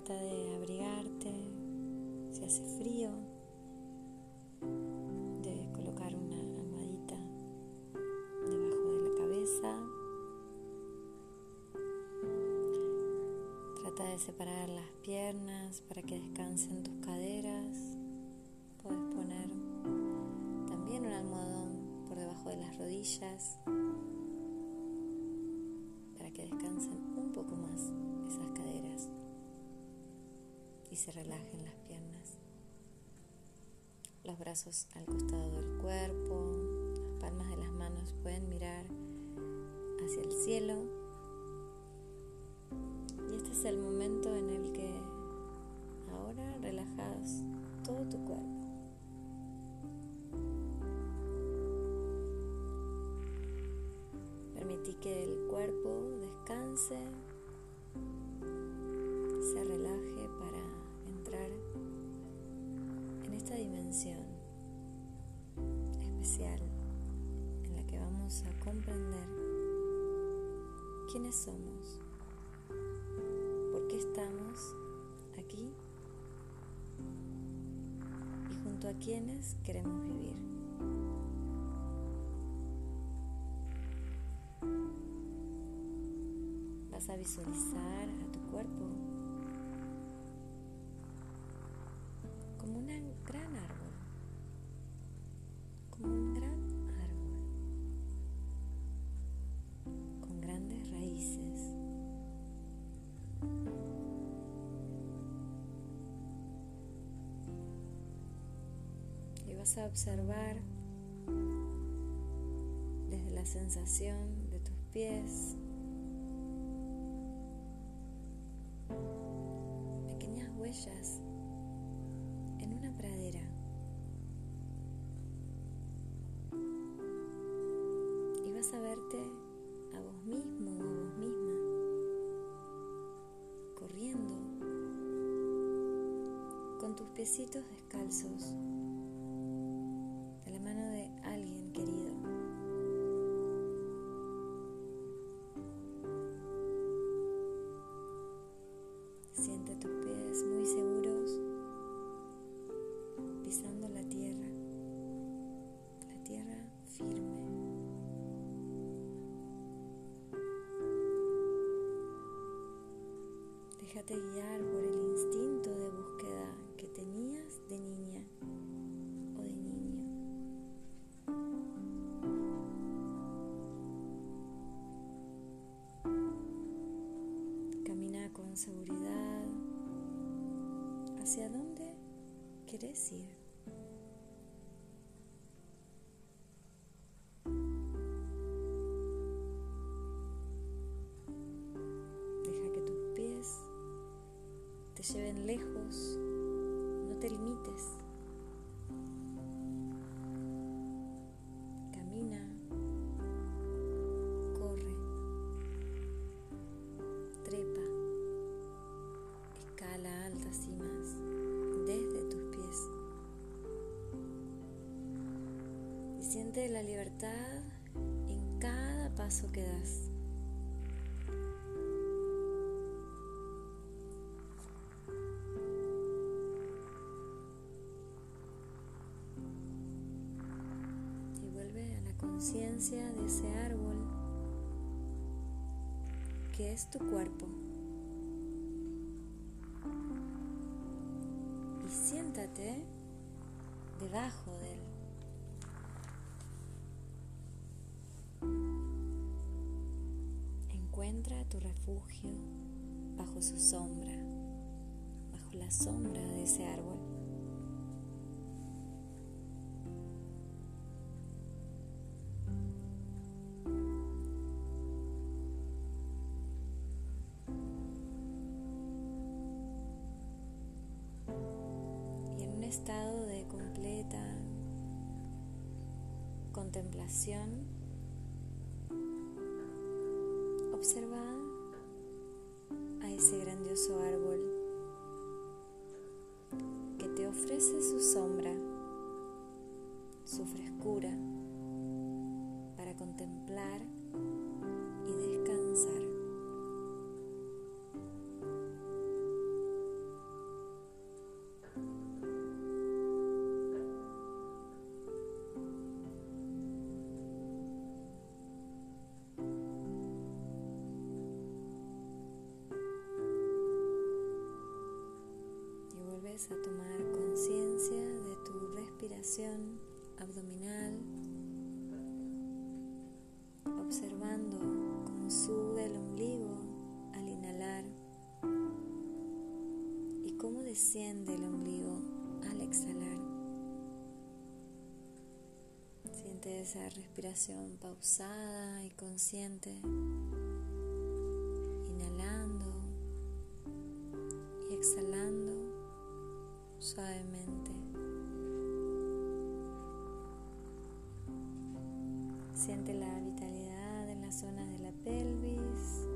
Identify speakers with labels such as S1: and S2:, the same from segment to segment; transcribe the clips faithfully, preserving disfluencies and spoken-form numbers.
S1: Trata de abrigarte si hace frío, de colocar una almohadita debajo de la cabeza. Trata de separar las piernas para que descansen tus caderas. Puedes poner también un almohadón por debajo de las rodillas para que descansen un poco más esas caderas y se relajen las piernas. Los brazos al costado del cuerpo, las palmas de las manos pueden mirar hacia el cielo. Y este es el momento en el que ahora relajas todo tu cuerpo. Permití que el cuerpo descanse, se relaje para entrar en esta dimensión especial en la que vamos a comprender quiénes somos, por qué estamos aquí y junto a quiénes queremos vivir. Vas a visualizar a tu cuerpo como un gran árbol, como un gran árbol, con grandes raíces. Y vas a observar desde la sensación de tus pies, pequeñas huellas en una pradera. Y vas a verte a vos mismo o a vos misma corriendo con tus piecitos descalzos de la mano de alguien querido. Siente tus pies muy seguros pisando la tierra, la tierra firme. Déjate guiar por el instinto de búsqueda que tenías de niña o de niño. Camina con seguridad. ¿Hacia dónde querés ir? Deja que tus pies te lleven lejos, no te limites. Camina, corre, trepa, escala altas cimas desde tus pies y siente la libertad en cada paso que das. Y vuelve a la conciencia de ese árbol que es tu cuerpo. Y siéntate debajo de él. Encuentra tu refugio bajo su sombra, bajo la sombra de ese árbol. Estado de completa contemplación, observa a ese grandioso árbol que te ofrece su sombra, su frescura para contemplar y descansar. vuelves a tomar conciencia de tu respiración abdominal, observando cómo sube el ombligo al inhalar y cómo desciende el ombligo al exhalar. Siente esa respiración pausada y consciente, inhalando y exhalando suavemente. Siente la vitalidad en las zonas de la pelvis,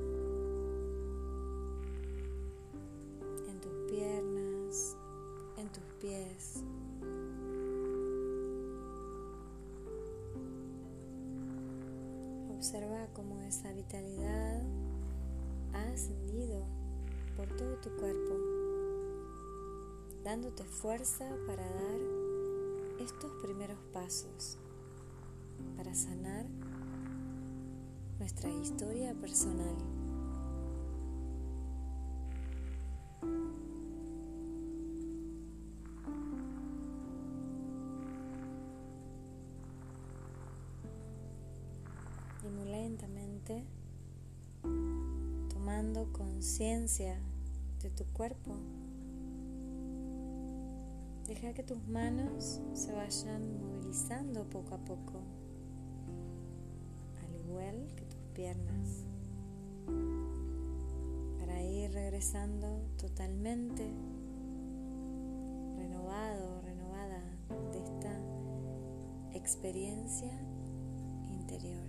S1: en tus piernas, en tus pies. Observa cómo esa vitalidad ha ascendido por todo tu cuerpo, dándote fuerza para dar estos primeros pasos para sanar nuestra historia personal. Y muy lentamente, tomando conciencia de tu cuerpo, deja que tus manos se vayan movilizando poco a poco, al igual que tus piernas, para ir regresando totalmente renovado, renovada de esta experiencia interior.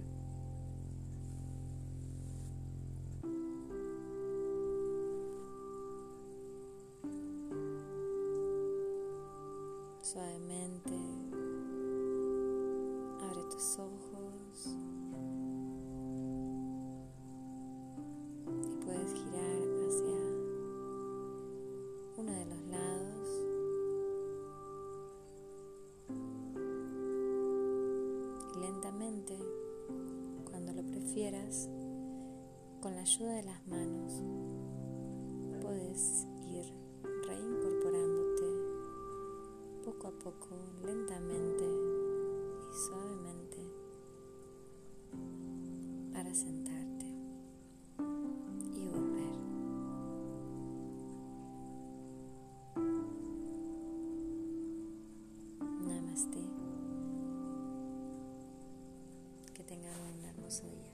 S1: Suavemente abre tus ojos y puedes girar hacia uno de los lados y lentamente, cuando lo prefieras, con la ayuda de las manos puedes ir reincorporándote poco a poco, lentamente y suavemente, para sentarte y volver. Namaste. Que tengan un hermoso día.